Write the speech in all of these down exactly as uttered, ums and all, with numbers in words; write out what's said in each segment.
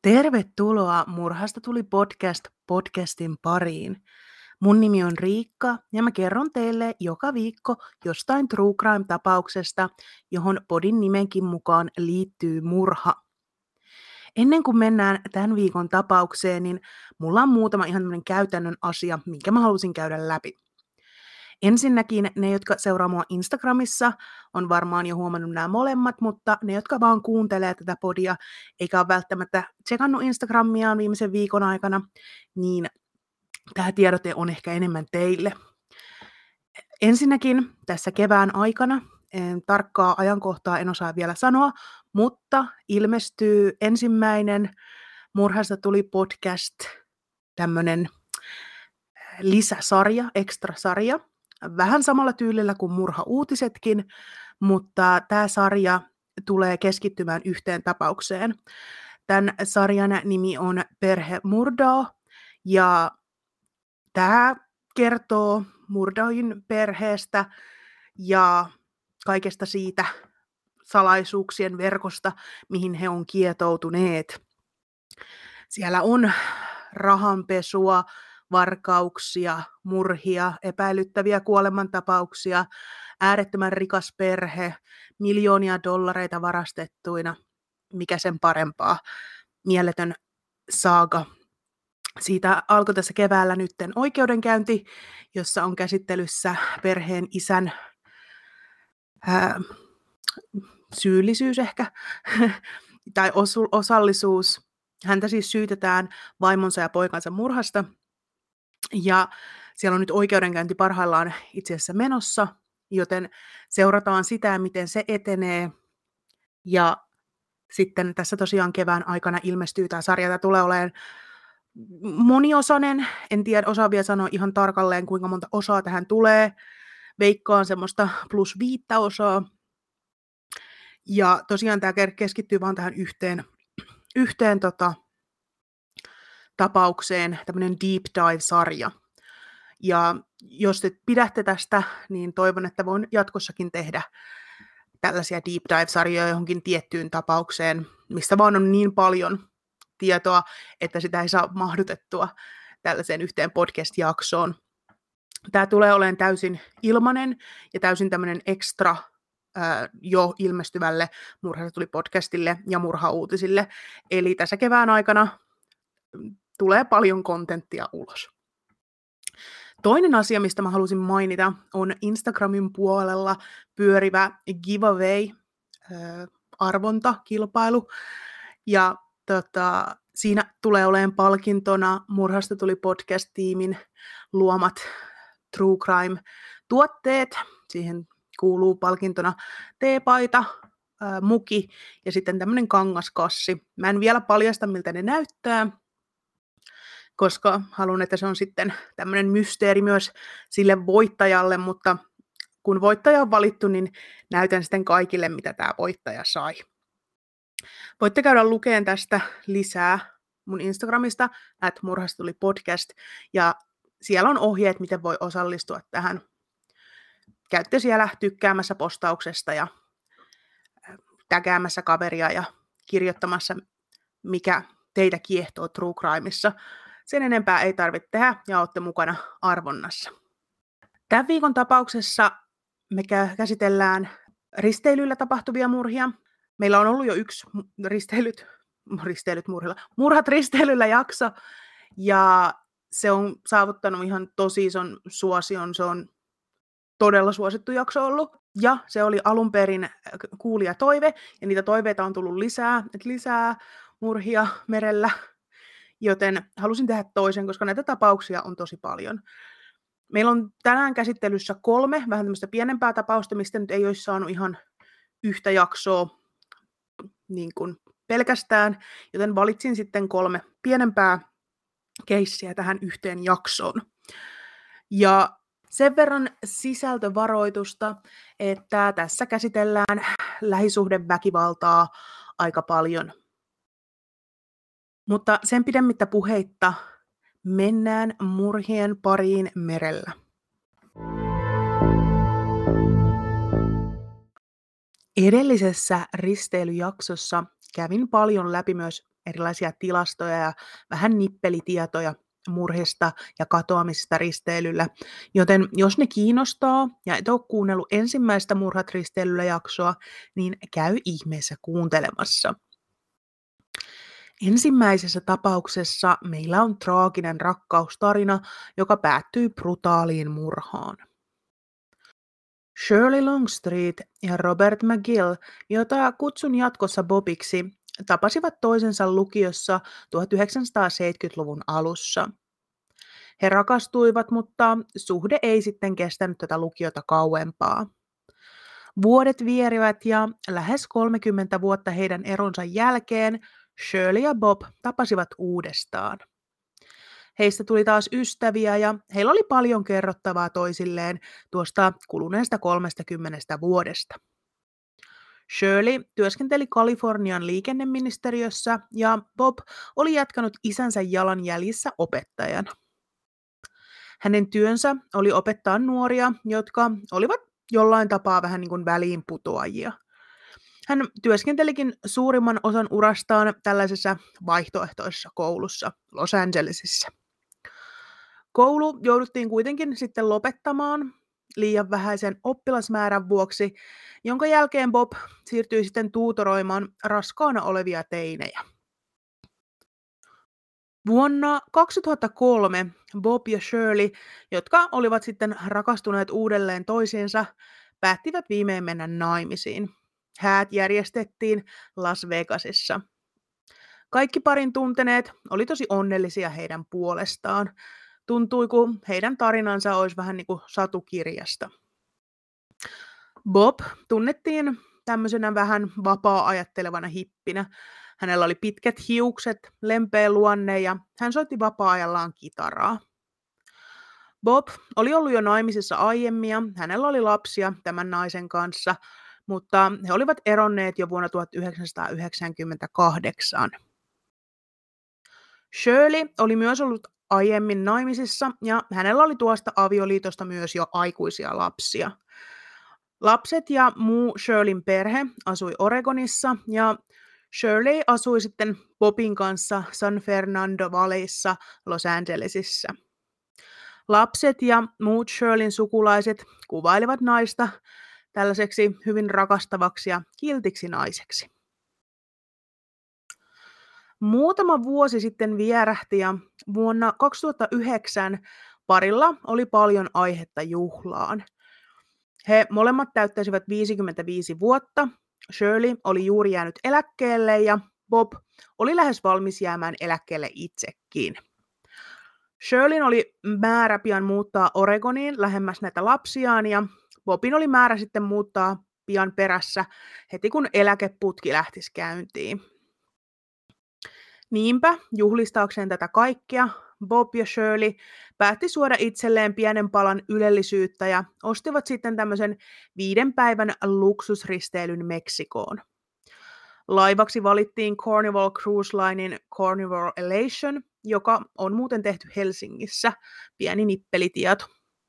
Tervetuloa Murhasta tuli podcast podcastin pariin. Mun nimi on Riikka ja mä kerron teille joka viikko jostain true crime-tapauksesta, johon podin nimenkin mukaan liittyy murha. Ennen kuin mennään tämän viikon tapaukseen, niin mulla on muutama ihan tämmöinen käytännön asia, minkä mä halusin käydä läpi. Ensinnäkin ne, jotka seuraa mua Instagramissa, on varmaan jo huomannut nämä molemmat, mutta ne, jotka vaan kuuntelee tätä podia, eikä ole välttämättä tsekannut Instagramiaan viimeisen viikon aikana, niin tämä tiedote on ehkä enemmän teille. Ensinnäkin tässä kevään aikana, en tarkkaa ajankohtaa en osaa vielä sanoa, mutta ilmestyy ensimmäinen Murhasta tuli podcast, tämmöinen lisäsarja, ekstrasarja, vähän samalla tyylillä kuin Murha-uutisetkin, mutta tämä sarja tulee keskittymään yhteen tapaukseen. Tämän sarjan nimi on Perhe Murdaugh, ja tämä kertoo Murdaugh'in perheestä ja kaikesta siitä salaisuuksien verkosta, mihin he on kietoutuneet. Siellä on rahanpesua, varkauksia, murhia, epäilyttäviä kuolemantapauksia, äärettömän rikas perhe, miljoonia dollareita varastettuina, mikä sen parempaa, mieletön saaga. Siitä alkoi tässä keväällä nytten oikeudenkäynti, jossa on käsittelyssä perheen isän ää, syyllisyys ehkä, tai osu, osallisuus. Häntä siis syytetään vaimonsa ja poikansa murhasta. Ja siellä on nyt oikeudenkäynti parhaillaan itse asiassa menossa, joten seurataan sitä, miten se etenee. Ja sitten tässä tosiaan kevään aikana ilmestyy tämä sarja. Tämä tulee olemaan moniosainen. En tiedä, osaa vielä sanoa ihan tarkalleen, kuinka monta osaa tähän tulee. Veikkaan semmoista plus viittä osaa. Ja tosiaan tämä keskittyy vaan tähän yhteen, yhteen tota, tapaukseen, tämmöinen deep dive-sarja. Ja jos te pidätte tästä, niin toivon, että voin jatkossakin tehdä tällaisia deep dive-sarjoja johonkin tiettyyn tapaukseen, mistä vaan on niin paljon tietoa, että sitä ei saa mahdutettua tällaiseen yhteen podcast-jaksoon. Tämä tulee olemaan täysin ilmainen ja täysin tämmöinen ekstra ää, jo ilmestyvälle Murhasta tuli podcastille ja Murha-uutisille. Eli tässä kevään aikana tulee paljon kontenttia ulos. Toinen asia, mistä mä halusin mainita, on Instagramin puolella pyörivä giveaway-arvontakilpailu. Ja tota, siinä tulee olemaan palkintona Murhasta tuli podcast-tiimin luomat True Crime-tuotteet. Siihen kuuluu palkintona teepaita, ää, muki ja sitten tämmöinen kangaskassi. Mä en vielä paljasta, miltä ne näyttää, koska haluan, että se on sitten tämmöinen mysteeri myös sille voittajalle, mutta kun voittaja on valittu, niin näytän sitten kaikille, mitä tämä voittaja sai. Voitte käydä lukeen tästä lisää mun Instagramista, at Murhasta tuli podcast, ja siellä on ohjeet, miten voi osallistua tähän. Käytte siellä tykkäämässä postauksesta ja tägäämässä kaveria ja kirjoittamassa, mikä teitä kiehtoo True Crimeissa. Sen enempää ei tarvitse tehdä ja olette mukana arvonnassa. Tämän viikon tapauksessa me käsitellään risteilyllä tapahtuvia murhia. Meillä on ollut jo yksi risteilyt, risteilyt murhilla, murhat risteilyllä jakso, ja se on saavuttanut ihan tosi ison suosion. Se on todella suosittu jakso ollut, ja se oli alun perin kuulijatoive, ja niitä toiveita on tullut lisää, että lisää murhia merellä. Joten halusin tehdä toisen, koska näitä tapauksia on tosi paljon. Meillä on tänään käsittelyssä kolme vähän tämmöistä pienempää tapausta, mistä nyt ei olisi saanut ihan yhtä jaksoa niin kuin pelkästään, joten valitsin sitten kolme pienempää keissiä tähän yhteen jaksoon. Ja sen verran sisältövaroitusta, että tässä käsitellään lähisuhdeväkivaltaa aika paljon. Mutta sen pidemmittä puheitta mennään murhien pariin merellä. Edellisessä risteilyjaksossa kävin paljon läpi myös erilaisia tilastoja ja vähän nippelitietoja murhista ja katoamisista risteilyllä, joten jos ne kiinnostaa ja et ole kuunnellut ensimmäistä Murhat risteilyllä jaksoa, niin käy ihmeessä kuuntelemassa. Ensimmäisessä tapauksessa meillä on traaginen rakkaustarina, joka päättyy brutaaliin murhaan. Shirley Longstreet ja Robert McGill, jota kutsun jatkossa Bobiksi, tapasivat toisensa lukiossa tuhatyhdeksänsataaseitsemänkymmentäluvun alussa. He rakastuivat, mutta suhde ei sitten kestänyt tätä lukiota kauempaa. Vuodet vierivät ja lähes kolmekymmentä vuotta heidän eronsa jälkeen Shirley ja Bob tapasivat uudestaan. Heistä tuli taas ystäviä ja heillä oli paljon kerrottavaa toisilleen tuosta kuluneesta kolmekymmentä vuodesta. Shirley työskenteli Kalifornian liikenneministeriössä ja Bob oli jatkanut isänsä jalanjäljissä opettajana. Hänen työnsä oli opettaa nuoria, jotka olivat jollain tapaa vähän niin kuin väliinputoajia. Hän työskentelikin suurimman osan urastaan tällaisessa vaihtoehtoisessa koulussa Los Angelesissa. Koulu jouduttiin kuitenkin sitten lopettamaan liian vähäisen oppilasmäärän vuoksi, jonka jälkeen Bob siirtyi sitten tuutoroimaan raskaana olevia teinejä. Vuonna kaksituhattakolme Bob ja Shirley, jotka olivat sitten rakastuneet uudelleen toisiinsa, päättivät viimein mennä naimisiin. Häät järjestettiin Las Vegasissa. Kaikki parin tunteneet oli tosi onnellisia heidän puolestaan. Tuntui, kuin heidän tarinansa olisi vähän niin kuin satukirjasta. Bob tunnettiin tämmöisenä vähän vapaa-ajattelevana hippinä. Hänellä oli pitkät hiukset, lempeä luonne ja hän soitti vapaa-ajallaan kitaraa. Bob oli ollut jo naimisissa aiemmin ja hänellä oli lapsia tämän naisen kanssa, mutta he olivat eronneet jo vuonna tuhatyhdeksänsataayhdeksänkymmentäkahdeksan. Shirley oli myös ollut aiemmin naimisissa ja hänellä oli tuosta avioliitosta myös jo aikuisia lapsia. Lapset ja muu Shirleyn perhe asui Oregonissa ja Shirley asui sitten Bobin kanssa San Fernando Valleyssa Los Angelesissa. Lapset ja muut Shirleyn sukulaiset kuvailivat naista tällaiseksi hyvin rakastavaksi ja kiltiksi naiseksi. Muutama vuosi sitten vierähti ja vuonna kaksituhattayhdeksän parilla oli paljon aihetta juhlaan. He molemmat täyttäisivät viisikymmentäviisi vuotta. Shirley oli juuri jäänyt eläkkeelle ja Bob oli lähes valmis jäämään eläkkeelle itsekin. Shirleyn oli määrä pian muuttaa Oregoniin lähemmäs näitä lapsiaan ja Bobin oli määrä sitten muuttaa pian perässä heti kun eläkeputki lähtisi käyntiin. Niinpä juhlistaakseen tätä kaikkea Bob ja Shirley päätti suoda itselleen pienen palan ylellisyyttä ja ostivat sitten tämmöisen viiden päivän luksusristeilyn Meksikoon. Laivaksi valittiin Carnival Cruise Linein Carnival Elation, joka on muuten tehty Helsingissä. Pieni nippelitieto.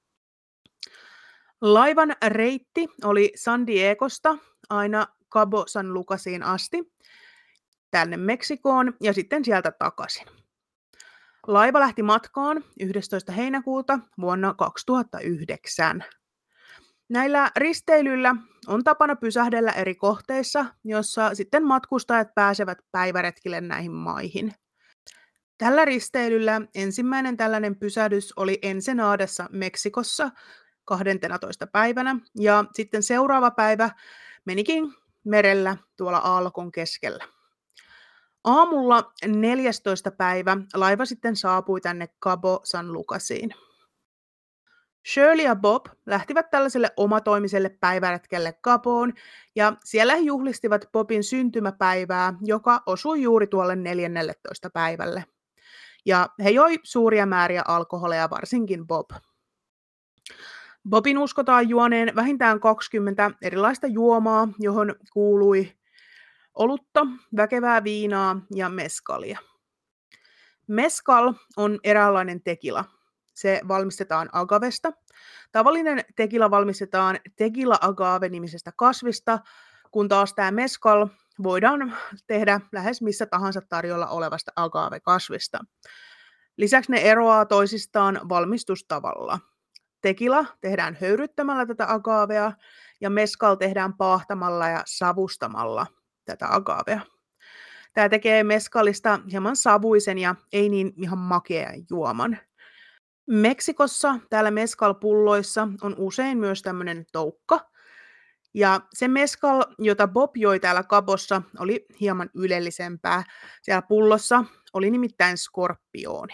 Laivan reitti oli San Diegosta aina Cabo San Lucasiin asti, tänne Meksikoon ja sitten sieltä takaisin. Laiva lähti matkaan yhdestoista heinäkuuta vuonna kaksituhattayhdeksän. Näillä risteilyillä on tapana pysähdellä eri kohteissa, jossa sitten matkustajat pääsevät päiväretkille näihin maihin. Tällä risteilyllä ensimmäinen tällainen pysähdys oli Ensenadassa Meksikossa kahdenteenatoista päivänä ja sitten seuraava päivä menikin merellä tuolla aallokon keskellä. Aamulla neljästoista päivä laiva sitten saapui tänne Cabo San Lucasiin. Shirley ja Bob lähtivät tällaiselle omatoimiselle päiväretkelle Caboon ja siellä he juhlistivat Bobin syntymäpäivää, joka osui juuri tuolle neljännelletoista päivälle. Ja he joi suuria määriä alkoholeja, varsinkin Bob. Bobin uskotaan juoneen vähintään kaksikymmentä erilaista juomaa, johon kuului olutta, väkevää viinaa ja meskalia. Meskal on eräänlainen tekila. Se valmistetaan agavesta. Tavallinen tekila valmistetaan tequila agave nimisestä kasvista, kun taas tämä meskal voidaan tehdä lähes missä tahansa tarjolla olevasta agave-kasvista. Lisäksi ne eroaa toisistaan valmistustavalla. Tekila tehdään höyryttämällä tätä agavea ja mezcal tehdään paahtamalla ja savustamalla tätä agavea. Tämä tekee mezcalista hieman savuisen ja ei niin ihan makean juoman. Meksikossa täällä mezcal-pulloissa on usein myös tämmöinen toukka. Ja se mezcal, jota Bob joi täällä Cabossa, oli hieman ylellisempää. Siellä pullossa oli nimittäin skorpiooni.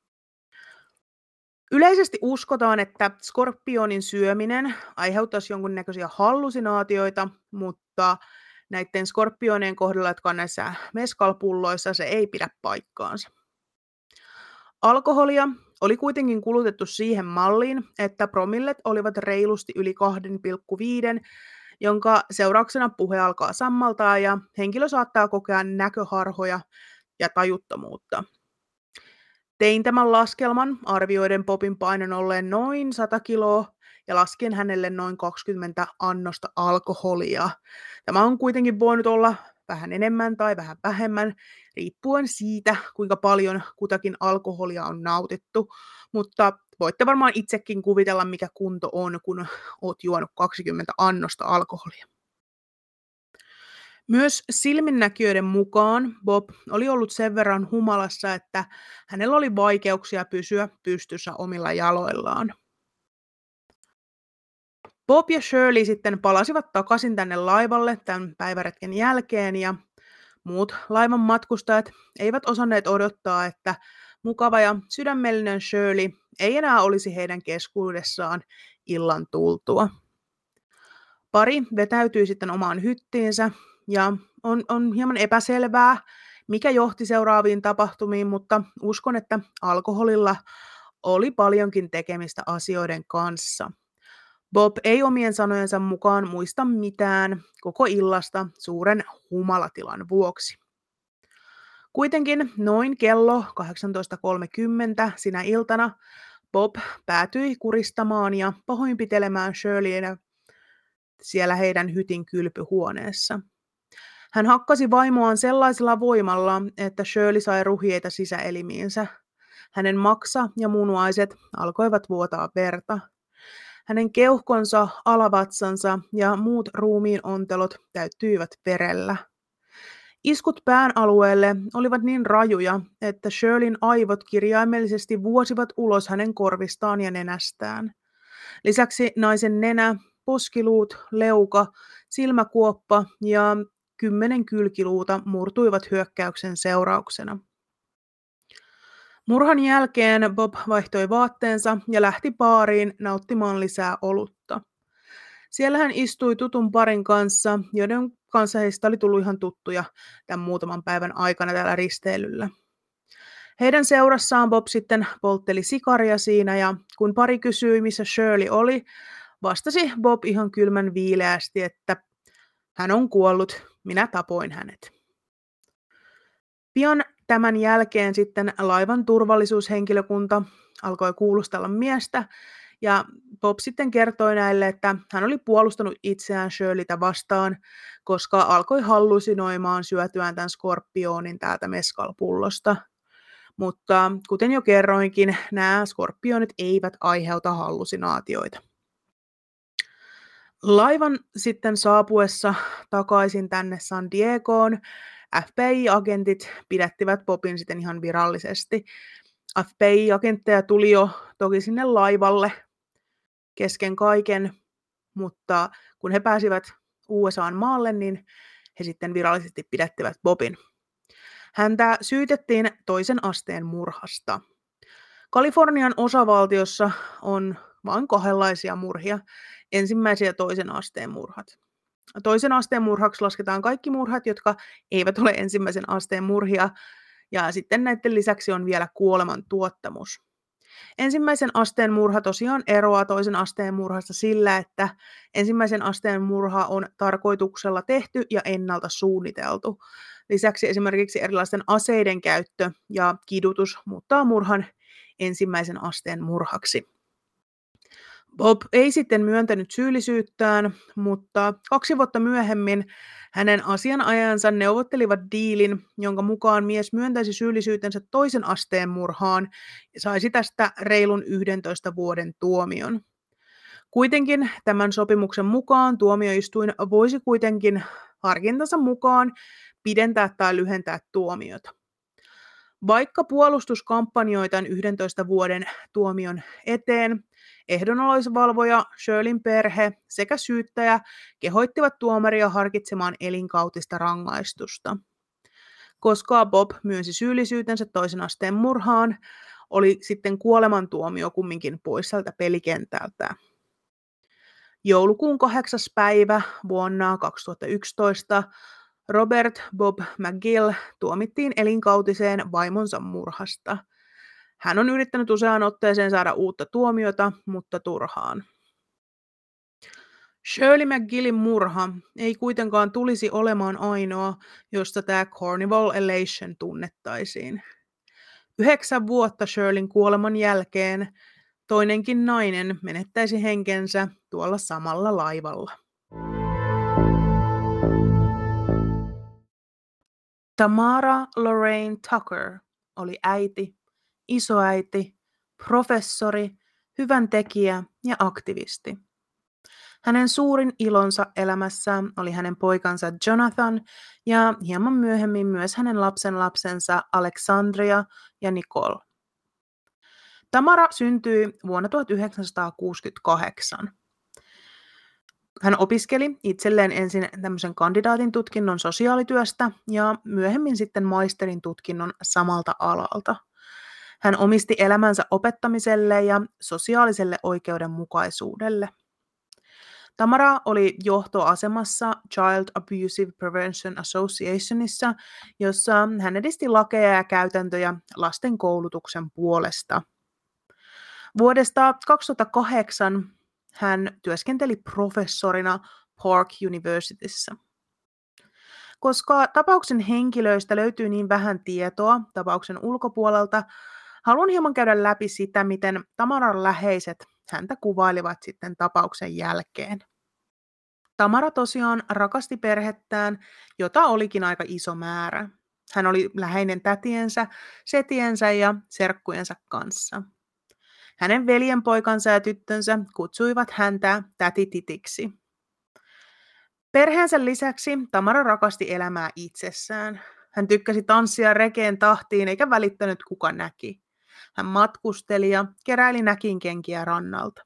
Yleisesti uskotaan, että skorpionin syöminen aiheuttaisi jonkunnäköisiä hallusinaatioita, mutta näiden skorpionien kohdalla, jotka on näissä mezcal-pulloissa, se ei pidä paikkaansa. Alkoholia oli kuitenkin kulutettu siihen malliin, että promillet olivat reilusti yli kaksi pilkku viisi, jonka seurauksena puhe alkaa sammaltaa ja henkilö saattaa kokea näköharhoja ja tajuttomuutta. Tein tämän laskelman arvioiden Bobin painon olleen noin sata kiloa ja laskin hänelle noin kaksikymmentä annosta alkoholia. Tämä on kuitenkin voinut olla vähän enemmän tai vähän vähemmän, riippuen siitä, kuinka paljon kutakin alkoholia on nautittu, mutta voitte varmaan itsekin kuvitella, mikä kunto on, kun oot juonut kaksikymmentä annosta alkoholia. Myös silminnäkijöiden mukaan Bob oli ollut sen verran humalassa, että hänellä oli vaikeuksia pysyä pystyssä omilla jaloillaan. Bob ja Shirley sitten palasivat takaisin tänne laivalle tämän päiväretken jälkeen ja muut laivan matkustajat eivät osanneet odottaa, että mukava ja sydämellinen Shirley ei enää olisi heidän keskuudessaan illan tultua. Pari vetäytyi sitten omaan hyttiinsä ja on, on hieman epäselvää, mikä johti seuraaviin tapahtumiin, mutta uskon, että alkoholilla oli paljonkin tekemistä asioiden kanssa. Bob ei omien sanojensa mukaan muista mitään koko illasta suuren humalatilan vuoksi. Kuitenkin noin kello kahdeksantoista kolmekymmentä sinä iltana Bob päätyi kuristamaan ja pahoinpitelemään Shirleyä siellä heidän hytin kylpyhuoneessa. Hän hakkasi vaimoaan sellaisella voimalla, että Shirley sai ruhjeita sisäelimiinsä. Hänen maksa ja munuaiset alkoivat vuotaa verta. Hänen keuhkonsa, alavatsansa ja muut ruumiin ontelot täyttyivät verellä. Iskut pään alueelle olivat niin rajuja, että Shirleyn aivot kirjaimellisesti vuosivat ulos hänen korvistaan ja nenästään. Lisäksi naisen nenä, poskiluut, leuka, silmäkuoppa ja kymmenen kylkiluuta murtuivat hyökkäyksen seurauksena. Murhan jälkeen Bob vaihtoi vaatteensa ja lähti baariin nauttimaan lisää olutta. Siellä hän istui tutun parin kanssa, joiden kanssa heistä oli tullut ihan tuttuja tämän muutaman päivän aikana täällä risteilyllä. Heidän seurassaan Bob sitten poltteli sikaria siinä ja kun pari kysyi, missä Shirley oli, vastasi Bob ihan kylmän viileästi, että hän on kuollut, minä tapoin hänet. Pian tämän jälkeen sitten laivan turvallisuushenkilökunta alkoi kuulustella miestä ja Bob sitten kertoi näille, että hän oli puolustanut itseään Shirleytä vastaan, koska alkoi hallusinoimaan syötyään tämän skorpionin täältä mezcal-pullosta. Mutta kuten jo kerroinkin, nämä skorpionit eivät aiheuta hallusinaatioita. Laivan sitten saapuessa takaisin tänne San Diegoon F B I-agentit pidättivät Bobin sitten ihan virallisesti. F B I-agentteja tuli jo toki sinne laivalle kesken kaiken, mutta kun he pääsivät U S A:n maalle, niin he sitten virallisesti pidättivät Bobin. Häntä syytettiin toisen asteen murhasta. Kalifornian osavaltiossa on vain kahdenlaisia murhia, ensimmäisen ja toisen asteen murhat. Toisen asteen murhaksi lasketaan kaikki murhat, jotka eivät ole ensimmäisen asteen murhia, ja sitten näiden lisäksi on vielä kuoleman tuottamus. Ensimmäisen asteen murha tosiaan eroaa toisen asteen murhasta sillä, että ensimmäisen asteen murha on tarkoituksella tehty ja ennalta suunniteltu. Lisäksi esimerkiksi erilaisten aseiden käyttö ja kidutus muuttaa murhan ensimmäisen asteen murhaksi. Bob ei sitten myöntänyt syyllisyyttään, mutta kaksi vuotta myöhemmin hänen asianajajansa neuvottelivat diilin, jonka mukaan mies myöntäisi syyllisyytensä toisen asteen murhaan ja saisi tästä reilun yhdentoista vuoden tuomion. Kuitenkin tämän sopimuksen mukaan tuomioistuin voisi kuitenkin harkintansa mukaan pidentää tai lyhentää tuomiota. Vaikka puolustus kampanjoi tämän yhdentoista vuoden tuomion eteen, ehdonalaisvalvoja, Shirleyn perhe sekä syyttäjä kehoittivat tuomaria harkitsemaan elinkautista rangaistusta. Koska Bob myönsi syyllisyytensä toisen asteen murhaan, oli sitten kuolemantuomio kumminkin pois tältä pelikentältä. Joulukuun kahdeksas päivä vuonna kaksituhattayksitoista Robert Bob McGill tuomittiin elinkautiseen vaimonsa murhasta. Hän on yrittänyt useaan otteeseen saada uutta tuomiota, mutta turhaan. Shirley McGillin murha ei kuitenkaan tulisi olemaan ainoa, josta tämä Carnival Elation tunnettaisiin. Yhdeksän vuotta Shirleyn kuoleman jälkeen toinenkin nainen menettäisi henkensä tuolla samalla laivalla. Tamara Lorraine Tucker oli äiti, isoäiti, professori, hyvän tekijä ja aktivisti. Hänen suurin ilonsa elämässään oli hänen poikansa Jonathan ja hieman myöhemmin myös hänen lapsenlapsensa Alexandria ja Nicole. Tamara syntyi vuonna tuhatyhdeksänsataakuusikymmentäkahdeksan. Hän opiskeli itselleen ensin tämmöisen kandidaatin tutkinnon sosiaalityöstä ja myöhemmin sitten maisterin tutkinnon samalta alalta. Hän omisti elämänsä opettamiselle ja sosiaaliselle oikeudenmukaisuudelle. Tamara oli johtoasemassa Child Abuse Prevention Associationissa, jossa hän edisti lakeja ja käytäntöjä lasten koulutuksen puolesta. Vuodesta kaksituhattakahdeksan hän työskenteli professorina Park Universityssä. Koska tapauksen henkilöistä löytyy niin vähän tietoa tapauksen ulkopuolelta, haluan hieman käydä läpi sitä, miten Tamaran läheiset häntä kuvailivat sitten tapauksen jälkeen. Tamara tosiaan rakasti perhettään, jota olikin aika iso määrä. Hän oli läheinen tätiensä, setiensä ja serkkujensa kanssa. Hänen veljenpoikansa ja tyttönsä kutsuivat häntä tätititiksi. Perheensä lisäksi Tamara rakasti elämää itsessään. Hän tykkäsi tanssia rekeen tahtiin eikä välittänyt kuka näki. Hän matkusteli ja keräili näkinkenkiä rannalta.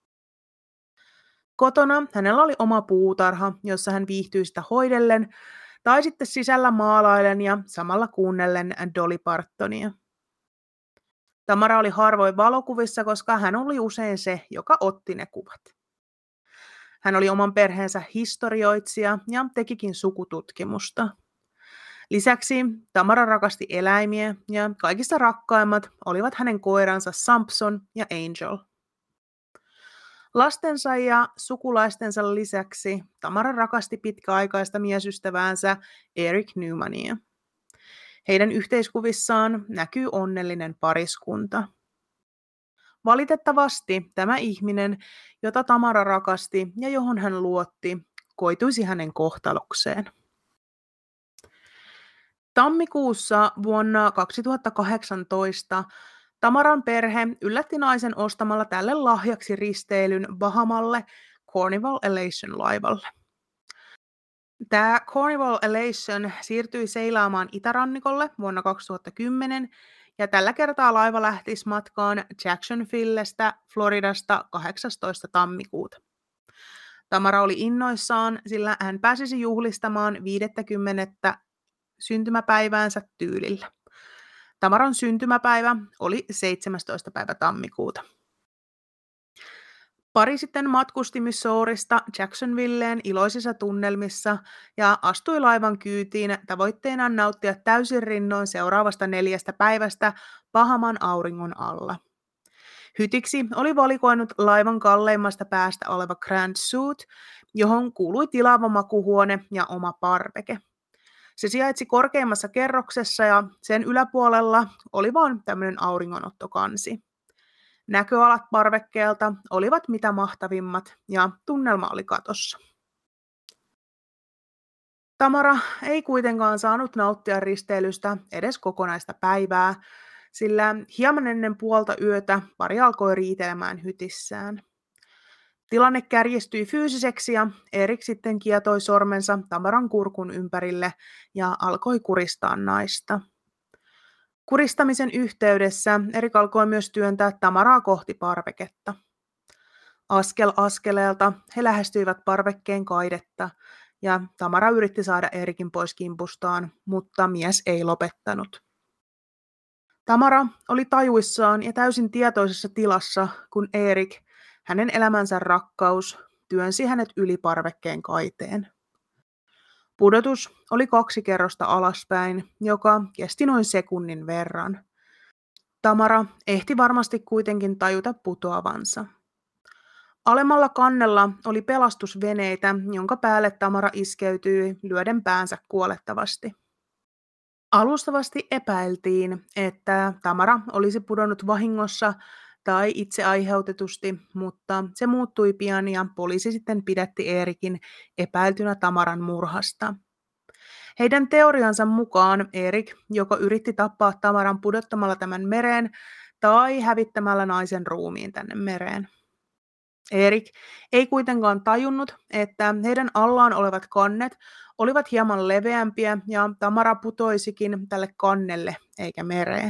Kotona hänellä oli oma puutarha, jossa hän viihtyi sitä hoidellen, tai sitten sisällä maalailen ja samalla kuunnellen Dolly Partonia. Tamara oli harvoin valokuvissa, koska hän oli usein se, joka otti ne kuvat. Hän oli oman perheensä historioitsija ja tekikin sukututkimusta. Lisäksi Tamara rakasti eläimiä ja kaikista rakkaimmat olivat hänen koiransa Samson ja Angel. Lastensa ja sukulaistensa lisäksi Tamara rakasti pitkäaikaista miesystäväänsä Eric Newmania. Heidän yhteiskuvissaan näkyy onnellinen pariskunta. Valitettavasti tämä ihminen, jota Tamara rakasti ja johon hän luotti, koituisi hänen kohtalokseen. Tammikuussa vuonna kaksituhattakahdeksantoista Tamaran perhe yllätti naisen ostamalla tälle lahjaksi risteilyn Bahamalle Carnival Elation laivalle. Tämä Carnival Elation siirtyi seilaamaan itärannikolle vuonna kaksituhattakymmenen ja tällä kertaa laiva lähtisi matkaan Jacksonvillestä, Floridasta kahdeksastoista tammikuuta. Tamara oli innoissaan, sillä hän pääsisi juhlistamaan viidettä syntymäpäiväänsä tyylillä. Tamaran syntymäpäivä oli seitsemästoista päivä tammikuuta. Pari sitten matkusti Missourista Jacksonvilleen iloisissa tunnelmissa ja astui laivan kyytiin tavoitteenaan nauttia täysin rinnoin seuraavasta neljästä päivästä Bahaman auringon alla. Hytiksi oli valikoinut laivan kalleimmasta päästä oleva Grand Suite, johon kuului tilaava makuhuone ja oma parveke. Se sijaitsi korkeimmassa kerroksessa ja sen yläpuolella oli vain tämmöinen auringonottokansi. Näköalat parvekkeelta olivat mitä mahtavimmat ja tunnelma oli katossa. Tamara ei kuitenkaan saanut nauttia risteilystä edes kokonaista päivää, sillä hieman ennen puolta yötä pari alkoi riitelemään hytissään. Tilanne kärjistyi fyysiseksi ja Erik sitten kietoi sormensa Tamaran kurkun ympärille ja alkoi kuristaa naista. Kuristamisen yhteydessä Erik alkoi myös työntää Tamaraa kohti parveketta. Askel askeleelta he lähestyivät parvekkeen kaidetta ja Tamara yritti saada Erikin pois kimpustaan, mutta mies ei lopettanut. Tamara oli tajuissaan ja täysin tietoisessa tilassa, kun Erik, hänen elämänsä rakkaus, työnsi hänet yli parvekkeen kaiteen. Pudotus oli kaksi kerrosta alaspäin, joka kesti noin sekunnin verran. Tamara ehti varmasti kuitenkin tajuta putoavansa. Alemmalla kannella oli pelastusveneitä, jonka päälle Tamara iskeytyi lyöden päänsä kuolettavasti. Alustavasti epäiltiin, että Tamara olisi pudonnut vahingossa tai itse aiheutetusti, mutta se muuttui pian ja poliisi sitten pidätti Erikin epäiltynä Tamaran murhasta. Heidän teoriansa mukaan Erik joko yritti tappaa Tamaran pudottamalla tämän mereen tai hävittämällä naisen ruumiin tänne mereen. Erik ei kuitenkaan tajunnut, että heidän allaan olevat kannet olivat hieman leveämpiä ja Tamara putoisikin tälle kannelle eikä mereen.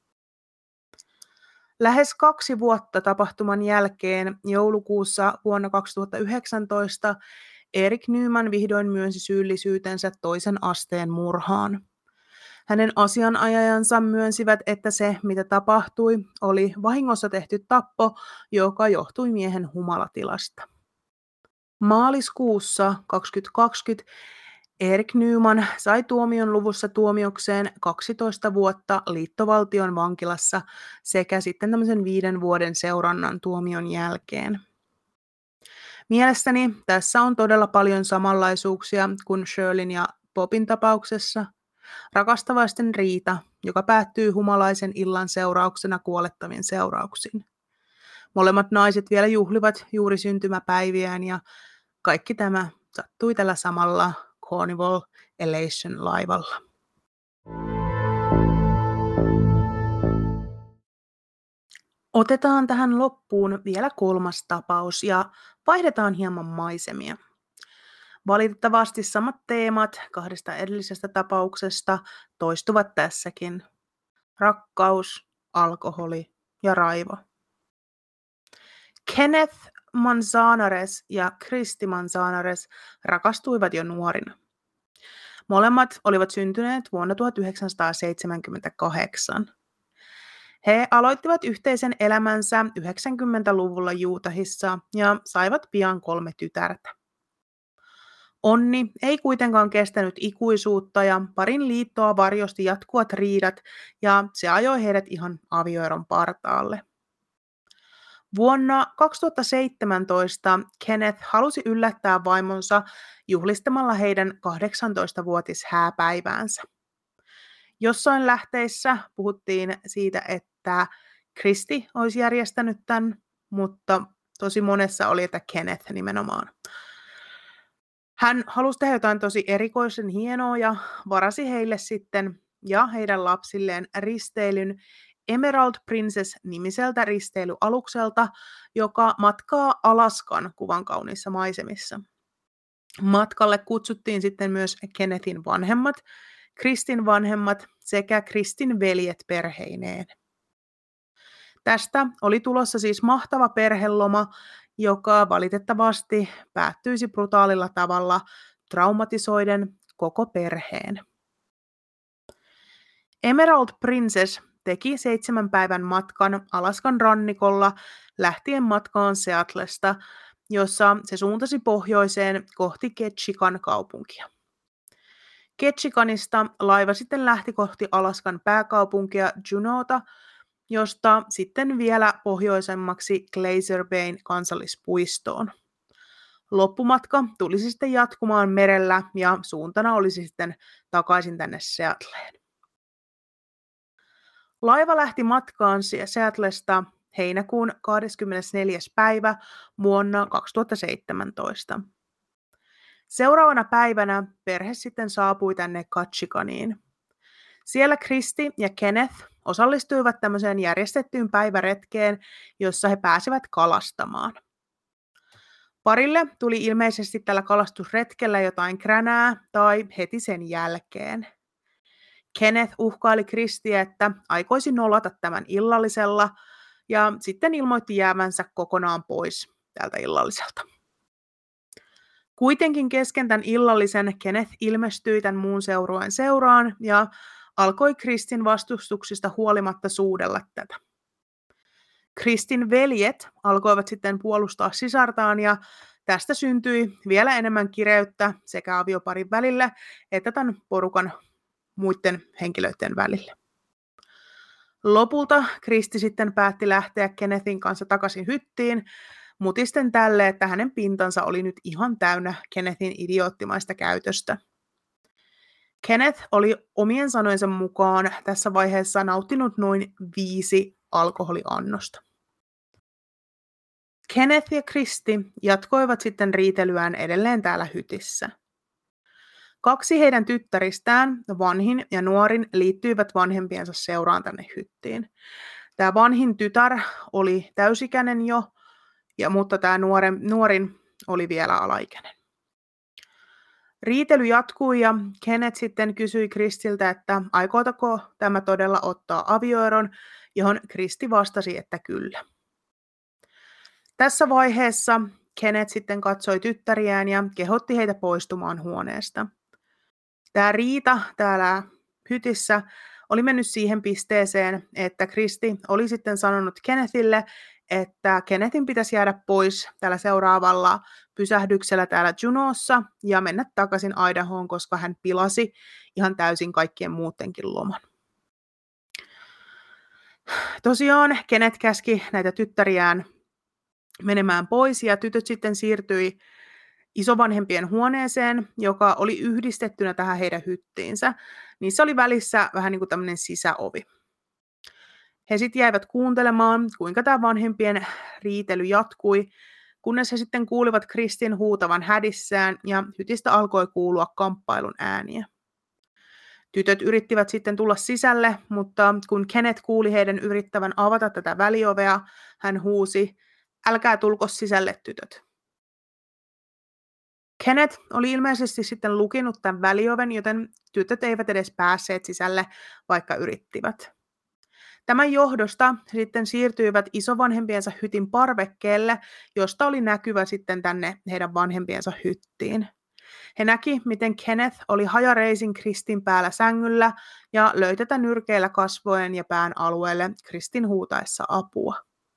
Lähes kaksi vuotta tapahtuman jälkeen joulukuussa vuonna kaksituhattayhdeksäntoista Erik Nyman vihdoin myönsi syyllisyytensä toisen asteen murhaan. Hänen asianajajansa myönsivät, että se, mitä tapahtui, oli vahingossa tehty tappo, joka johtui miehen humalatilasta. Maaliskuussa kaksituhattakaksikymmentä Erik Nyman sai tuomion luvussa tuomiokseen kaksitoista vuotta liittovaltion vankilassa sekä sitten tämmöisen viiden vuoden seurannan tuomion jälkeen. Mielestäni tässä on todella paljon samanlaisuuksia kuin Shirleyn ja Bobin tapauksessa. Rakastavaisten riita, joka päättyy humalaisen illan seurauksena kuolettavien seurauksiin. Molemmat naiset vielä juhlivat juuri syntymäpäiviään ja kaikki tämä sattui tällä samalla Carnival Elation-laivalla. Otetaan tähän loppuun vielä kolmas tapaus ja vaihdetaan hieman maisemia. Valitettavasti samat teemat kahdesta edellisestä tapauksesta toistuvat tässäkin. Rakkaus, alkoholi ja raivo. Kenneth Manzanares ja Christy Manzanares rakastuivat jo nuorina. Molemmat olivat syntyneet vuonna tuhatyhdeksänsataaseitsemänkymmentäkahdeksan. He aloittivat yhteisen elämänsä yhdeksänkymmentäluvulla Utahissa ja saivat pian kolme tytärtä. Onni ei kuitenkaan kestänyt ikuisuutta ja parin liittoa varjosti jatkuvat riidat ja se ajoi heidät ihan avioeron partaalle. Vuonna kaksituhattaseitsemäntoista Kenneth halusi yllättää vaimonsa juhlistamalla heidän kahdeksantoistavuotis hääpäiväänsä. Jossain lähteissä puhuttiin siitä, että Christy olisi järjestänyt tämän, mutta tosi monessa oli, että Kenneth nimenomaan. Hän halusi tehdä jotain tosi erikoisen hienoa ja varasi heille sitten ja heidän lapsilleen risteilyn Emerald Princess-nimiseltä risteilyalukselta, joka matkaa Alaskan kuvan kauniissa maisemissa. Matkalle kutsuttiin sitten myös Kennethin vanhemmat, Christyn vanhemmat sekä Christyn veljet perheineen. Tästä oli tulossa siis mahtava perheloma, joka valitettavasti päättyisi brutaalilla tavalla traumatisoiden koko perheen. Emerald Princess teki seitsemän päivän matkan Alaskan rannikolla lähtien matkaan Seattlesta, jossa se suuntasi pohjoiseen kohti Ketchikan kaupunkia. Ketchikanista laiva sitten lähti kohti Alaskan pääkaupunkia Junota, josta sitten vielä pohjoisemmaksi Glacier Bayn kansallispuistoon. Loppumatka tulisi sitten jatkumaan merellä ja suuntana olisi sitten takaisin tänne Seattleen. Laiva lähti matkaan Seattlesta heinäkuun kahdeskymmenesneljäs päivä vuonna kaksituhattaseitsemäntoista. Seuraavana päivänä perhe sitten saapui tänne Ketchigoniin. Siellä Kristi ja Kenneth osallistuivat tämmöiseen järjestettyyn päiväretkeen, jossa he pääsivät kalastamaan. Parille tuli ilmeisesti tällä kalastusretkellä jotain kränää tai heti sen jälkeen. Kenneth uhkaili Kristiä, että aikoisi nolata tämän illallisella ja sitten ilmoitti jäävänsä kokonaan pois tältä illalliselta. Kuitenkin kesken tämän illallisen Kenneth ilmestyi tämän muun seurueen seuraan ja alkoi Kristin vastustuksista huolimatta suudella tätä. Kristin veljet alkoivat sitten puolustaa sisartaan ja tästä syntyi vielä enemmän kireyttä sekä avioparin välillä että tämän porukan muiden henkilöiden välillä. Lopulta Kristi sitten päätti lähteä Kennethin kanssa takaisin hyttiin, mutisten tälle, että hänen pintansa oli nyt ihan täynnä Kennethin idioottimaista käytöstä. Kenneth oli omien sanojensa mukaan tässä vaiheessa nauttinut noin viisi alkoholiannosta. Kenneth ja Kristi jatkoivat sitten riitelyään edelleen täällä hytissä. Kaksi heidän tyttäristään, vanhin ja nuorin, liittyivät vanhempiensa seuraan tänne hyttiin. Tämä vanhin tytär oli täysikäinen jo, ja, mutta tämä nuoren, nuorin oli vielä alaikäinen. Riitely jatkui ja Kenneth sitten kysyi Kristiltä, että aikootako tämä todella ottaa avioeron, johon Kristi vastasi, että kyllä. Tässä vaiheessa Kenneth sitten katsoi tyttäriään ja kehotti heitä poistumaan huoneesta. Tämä riita täällä hytissä oli mennyt siihen pisteeseen, että Kristi oli sitten sanonut Kennethille, että Kennethin pitäisi jäädä pois tällä seuraavalla pysähdyksellä täällä Juneaussa ja mennä takaisin Idahoon, koska hän pilasi ihan täysin kaikkien muutenkin loman. Tosiaan Kenneth käski näitä tyttäriään menemään pois ja tytöt sitten siirtyi isovanhempien huoneeseen, joka oli yhdistettynä tähän heidän hyttiinsä. Niissä oli välissä vähän niin kuin tämmöinen sisäovi. He sitten jäivät kuuntelemaan, kuinka tämä vanhempien riitely jatkui, kunnes he sitten kuulivat Kristin huutavan hädissään ja hytistä alkoi kuulua kamppailun ääniä. Tytöt yrittivät sitten tulla sisälle, mutta kun Kenneth kuuli heidän yrittävän avata tätä väliovea, hän huusi, älkää tulko sisälle tytöt. Kenneth oli ilmeisesti sitten lukinut tämän välioven, joten tytöt eivät edes päässeet sisälle, vaikka yrittivät. Tämän johdosta he sitten siirtyivät isovanhempiensa hytin parvekkeelle, josta oli näkyvä sitten tänne heidän vanhempiensa hyttiin. He näki, miten Kenneth oli hajareisin Kristin päällä sängyllä ja löi tätä nyrkeillä kasvojen ja pään alueelle Kristin huutaessa apua.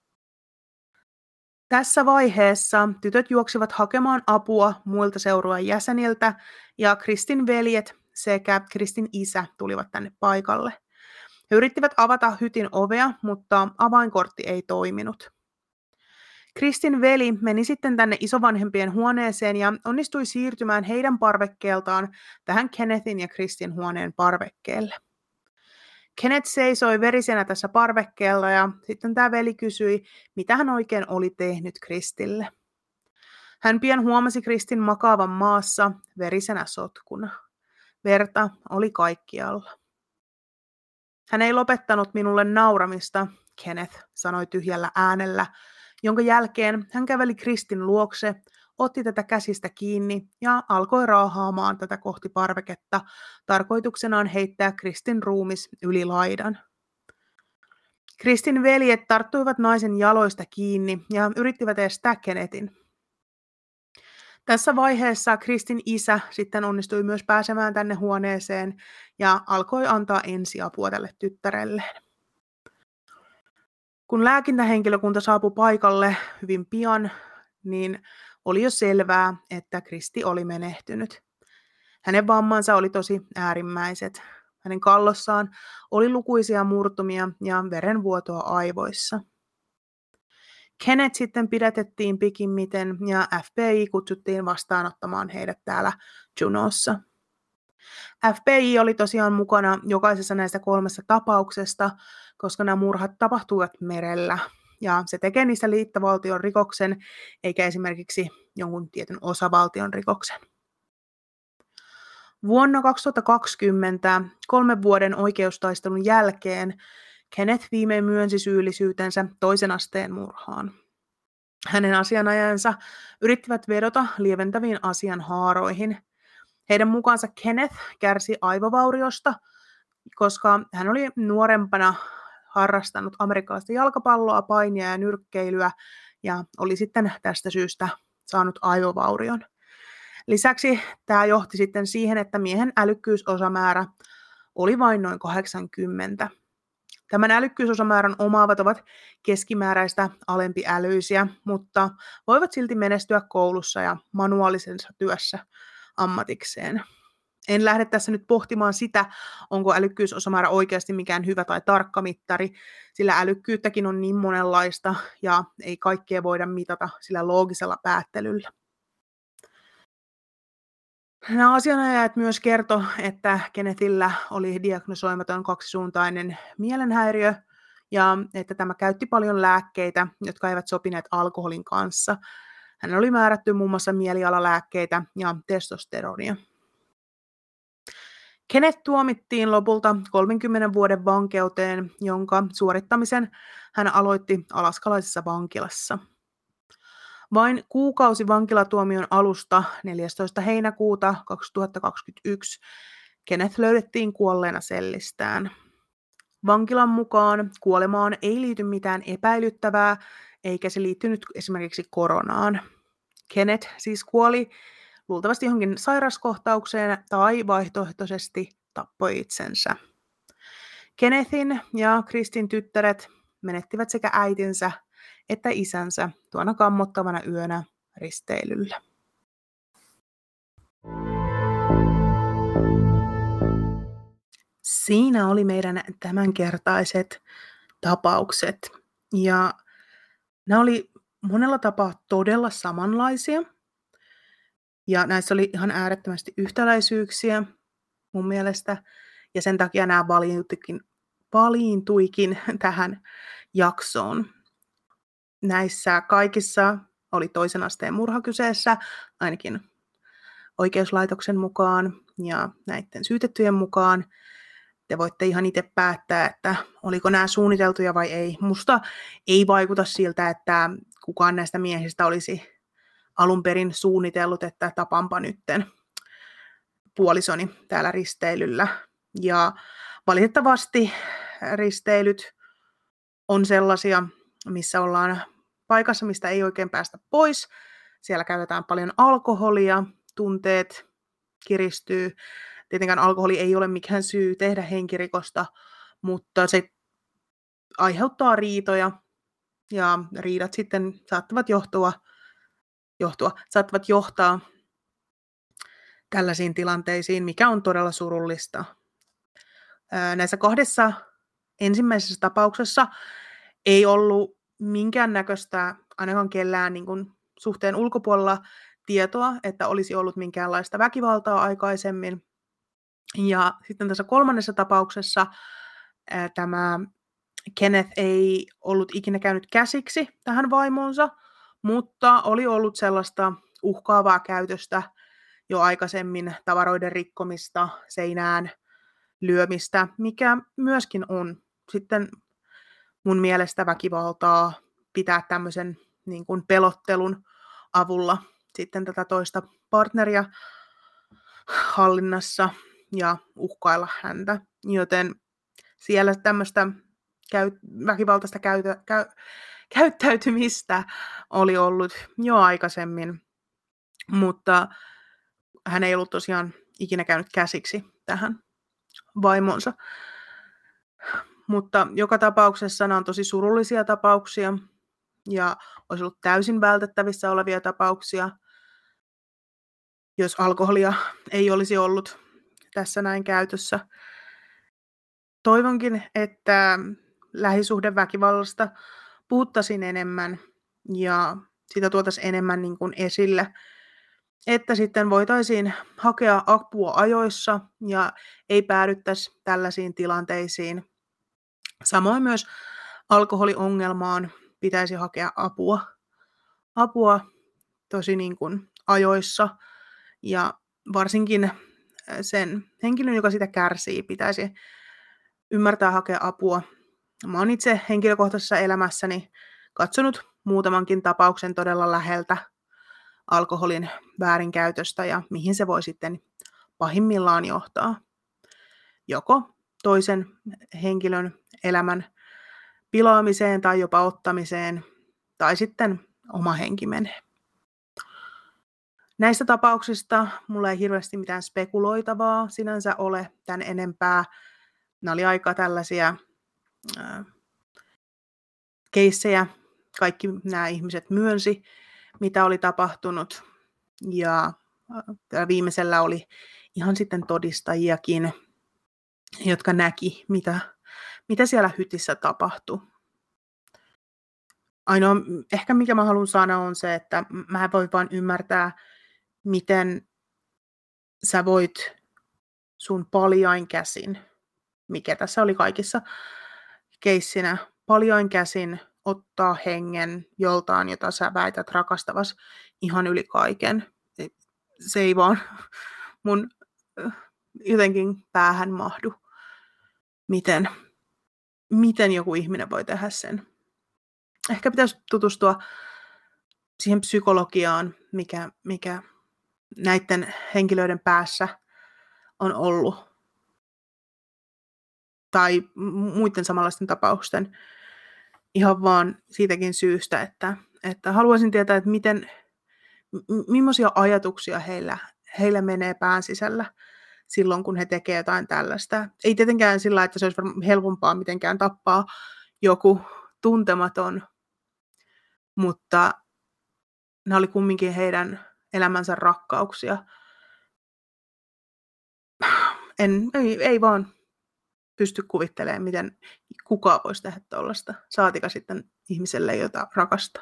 Tässä vaiheessa tytöt juoksivat hakemaan apua muilta seurueen jäseniltä ja Kristin veljet sekä Kristin isä tulivat tänne paikalle. He yrittivät avata hytin ovea, mutta avainkortti ei toiminut. Kristin veli meni sitten tänne isovanhempien huoneeseen ja onnistui siirtymään heidän parvekkeeltaan tähän Kennethin ja Kristin huoneen parvekkeelle. Kenneth seisoi verisenä tässä parvekkeella ja sitten tämä veli kysyi, mitä hän oikein oli tehnyt Kristille. Hän pian huomasi Kristin makaavan maassa verisenä sotkuna. Verta oli kaikkialla. Hän ei lopettanut minulle nauramista, Kenneth sanoi tyhjällä äänellä, jonka jälkeen hän käveli Kristin luokse, otti tätä käsistä kiinni ja alkoi raahaamaan tätä kohti parveketta, tarkoituksenaan heittää Kristin ruumis yli laidan. Kristin veljet tarttuivat naisen jaloista kiinni ja yrittivät estää Kennethin. Tässä vaiheessa Kristin isä sitten onnistui myös pääsemään tänne huoneeseen ja alkoi antaa ensiapua tälle tyttärelleen. Kun lääkintähenkilökunta saapui paikalle hyvin pian, niin oli jo selvää, että Kristi oli menehtynyt. Hänen vammansa oli tosi äärimmäiset. Hänen kallossaan oli lukuisia murtumia ja verenvuotoa aivoissa. Kenneth sitten pidätettiin pikimmiten ja F B I kutsuttiin vastaanottamaan heidät täällä Juneaussa. F B I oli tosiaan mukana jokaisessa näistä kolmesta tapauksesta, koska nämä murhat tapahtuivat merellä. ja se tekee niistä liittovaltion rikoksen, eikä esimerkiksi jonkun tietyn osavaltion rikoksen. Vuonna kaksituhattakaksikymmentä, kolmen vuoden oikeustaistelun jälkeen, Kenneth viimein myönsi syyllisyytensä toisen asteen murhaan. Hänen asianajajansa yrittivät vedota lieventäviin asianhaaroihin. Heidän mukaansa Kenneth kärsi aivovauriosta, koska hän oli nuorempana harrastanut amerikkalaista jalkapalloa, painia ja nyrkkeilyä ja oli sitten tästä syystä saanut aivovaurion. Lisäksi tämä johti sitten siihen, että miehen älykkyysosamäärä oli vain noin kahdeksankymmentä. Tämän älykkyysosamäärän omaavat ovat keskimääräistä alempiälyisiä, mutta voivat silti menestyä koulussa ja manuaalisessa työssä ammatikseen. En lähde tässä nyt pohtimaan sitä, onko älykkyysosamäärä oikeasti mikään hyvä tai tarkka mittari, sillä älykkyyttäkin on niin monenlaista ja ei kaikkea voida mitata sillä loogisella päättelyllä. Nämä asianajajat myös kertoi, että Kennethillä oli diagnosoimaton kaksisuuntainen mielenhäiriö ja että tämä käytti paljon lääkkeitä, jotka eivät sopineet alkoholin kanssa. Hän oli määrätty muun muassa mielialalääkkeitä ja testosteronia. Kenneth tuomittiin lopulta kolmenkymmenen vuoden vankeuteen, jonka suorittamisen hän aloitti alaskalaisessa vankilassa. Vain kuukausi vankilatuomion alusta neljästoista heinäkuuta kaksituhattakaksikymmentäyksi Kenneth löydettiin kuolleena sellistään. Vankilan mukaan kuolemaan ei liity mitään epäilyttävää, eikä se liittynyt esimerkiksi koronaan. Kenneth siis kuoli luultavasti johonkin sairaskohtaukseen tai vaihtoehtoisesti tappoi itsensä. Kennethin ja Kristin tyttäret menettivät sekä äitinsä että isänsä tuona kammottavana yönä risteilyllä. Siinä oli meidän tämänkertaiset tapaukset. Ja nämä oli monella tapaa todella samanlaisia. Ja näissä oli ihan äärettömästi yhtäläisyyksiä mun mielestä. Ja sen takia nämä valintuikin, valintuikin tähän jaksoon. Näissä kaikissa oli toisen asteen murha kyseessä, ainakin oikeuslaitoksen mukaan ja näiden syytettyjen mukaan. Te voitte ihan itse päättää, että oliko nämä suunniteltuja vai ei. Musta ei vaikuta siltä, että kukaan näistä miehistä olisi alun perin suunnitellut, että tapanpa nytten puolisoni täällä risteilyllä. Ja valitettavasti risteilyt on sellaisia, missä ollaan paikassa, mistä ei oikein päästä pois. Siellä käytetään paljon alkoholia, tunteet kiristyy. Tietenkään alkoholi ei ole mikään syy tehdä henkirikosta, mutta se aiheuttaa riitoja ja riidat sitten saattavat johtua, johtua, saattavat johtaa tällaisiin tilanteisiin, mikä on todella surullista. Näissä kahdessa ensimmäisessä tapauksessa ei ollut minkäännäköistä, ainakaan kellään niin kuin suhteen ulkopuolella tietoa, että olisi ollut minkäänlaista väkivaltaa aikaisemmin. Ja sitten tässä kolmannessa tapauksessa ää, tämä Kenneth ei ollut ikinä käynyt käsiksi tähän vaimoonsa, mutta oli ollut sellaista uhkaavaa käytöstä jo aikaisemmin, tavaroiden rikkomista, seinään lyömistä, mikä myöskin on sitten mun mielestä väkivaltaa pitää tämmöisen niin kuin pelottelun avulla sitten tätä toista partneria hallinnassa ja uhkailla häntä. Joten siellä tämmöistä käy, väkivaltaista käytö, käy, käyttäytymistä oli ollut jo aikaisemmin, mutta hän ei ollut tosiaan ikinä käynyt käsiksi tähän vaimonsa. Mutta joka tapauksessa nämä on tosi surullisia tapauksia ja olisi ollut täysin vältettävissä olevia tapauksia, jos alkoholia ei olisi ollut tässä näin käytössä. Toivonkin, että lähisuhdeväkivallasta puhuttaisiin enemmän ja sitä tuotaisiin enemmän niin kuin esille, että sitten voitaisiin hakea apua ajoissa ja ei päädyttäisi tällaisiin tilanteisiin. Samoin myös alkoholiongelmaan pitäisi hakea apua, apua tosi niin kuin ajoissa. Ja varsinkin sen henkilön, joka sitä kärsii, pitäisi ymmärtää hakea apua. Mä oon itse henkilökohtaisessa elämässäni katsonut muutamankin tapauksen todella läheltä alkoholin väärinkäytöstä ja mihin se voi sitten pahimmillaan johtaa. Joko toisen henkilön elämän pilaamiseen tai jopa ottamiseen, tai sitten oma henki menee. Näistä tapauksista mulla ei hirveästi mitään spekuloitavaa sinänsä ole tän enempää. Nämä oli aika tällaisia äh, keissejä. Kaikki nämä ihmiset myönsi, mitä oli tapahtunut. Ja äh, viimeisellä oli ihan sitten todistajiakin, jotka näki, mitä, mitä siellä hytissä tapahtui. Ainoa ehkä mikä mä haluan sanoa on se, että mä en voi vaan ymmärtää, miten sä voit sun paljain käsin, mikä tässä oli kaikissa keissinä, paljain käsin ottaa hengen joltain, jota sä väität rakastavas ihan yli kaiken. Se ei vaan mun jotenkin päähän mahdu, miten, miten joku ihminen voi tehdä sen. Ehkä pitäisi tutustua siihen psykologiaan, mikä, mikä näiden henkilöiden päässä on ollut. Tai muiden samanlaisten tapausten. Ihan vaan siitäkin syystä, että, että haluaisin tietää, että miten, millaisia ajatuksia heillä, heillä menee pään sisällä silloin, kun he tekevät jotain tällaista. Ei tietenkään sillä, että se olisi helpompaa mitenkään tappaa joku tuntematon, mutta ne oli kumminkin heidän elämänsä rakkauksia. En, ei, ei vaan pysty kuvittelemaan, miten kukaan voisi tehdä tuollaista. Saatika sitten ihmiselle, jota rakastaa.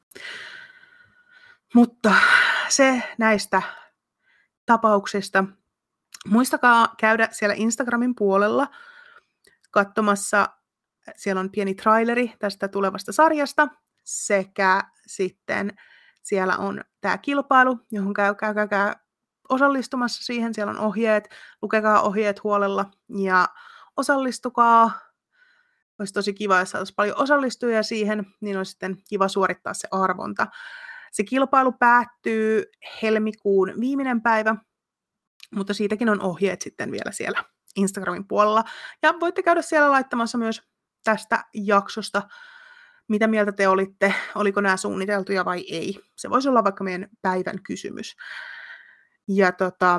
Mutta se näistä tapauksista. Muistakaa käydä siellä Instagramin puolella katsomassa. Siellä on pieni traileri tästä tulevasta sarjasta. Sekä sitten siellä on tämä kilpailu, johon käy, käy, käy, käy osallistumassa siihen. Siellä on ohjeet. Lukekaa ohjeet huolella ja osallistukaa. Olisi tosi kiva, jos saataisiin paljon osallistujia siihen, niin olisi sitten kiva suorittaa se arvonta. Se kilpailu päättyy helmikuun viimeinen päivä, mutta siitäkin on ohjeet sitten vielä siellä Instagramin puolella. Ja voitte käydä siellä laittamassa myös tästä jaksosta, mitä mieltä te olitte, oliko nämä suunniteltuja vai ei. Se voisi olla vaikka meidän päivän kysymys. Ja tota,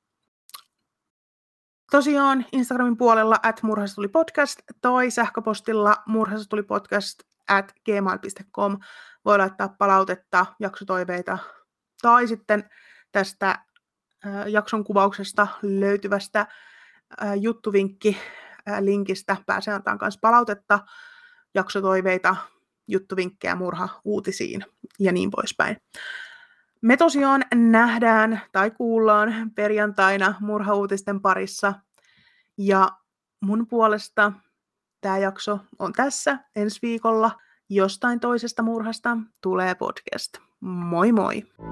tosiaan Instagramin puolella at murhasatulipodcast tai sähköpostilla murhasatulipodcast at gmail piste com voi laittaa palautetta, jaksotoiveita tai sitten tästä äh, jakson kuvauksesta löytyvästä äh, juttuvinkki-linkistä pääsee antamaan kanssa palautetta, jaksotoiveita, juttuvinkkejä, murha-uutisiin ja niin poispäin. Me tosiaan nähdään tai kuullaan perjantaina murha-uutisten parissa. Ja mun puolesta tämä jakso on tässä. Ensi viikolla jostain toisesta murhasta tulee podcast. Moi moi!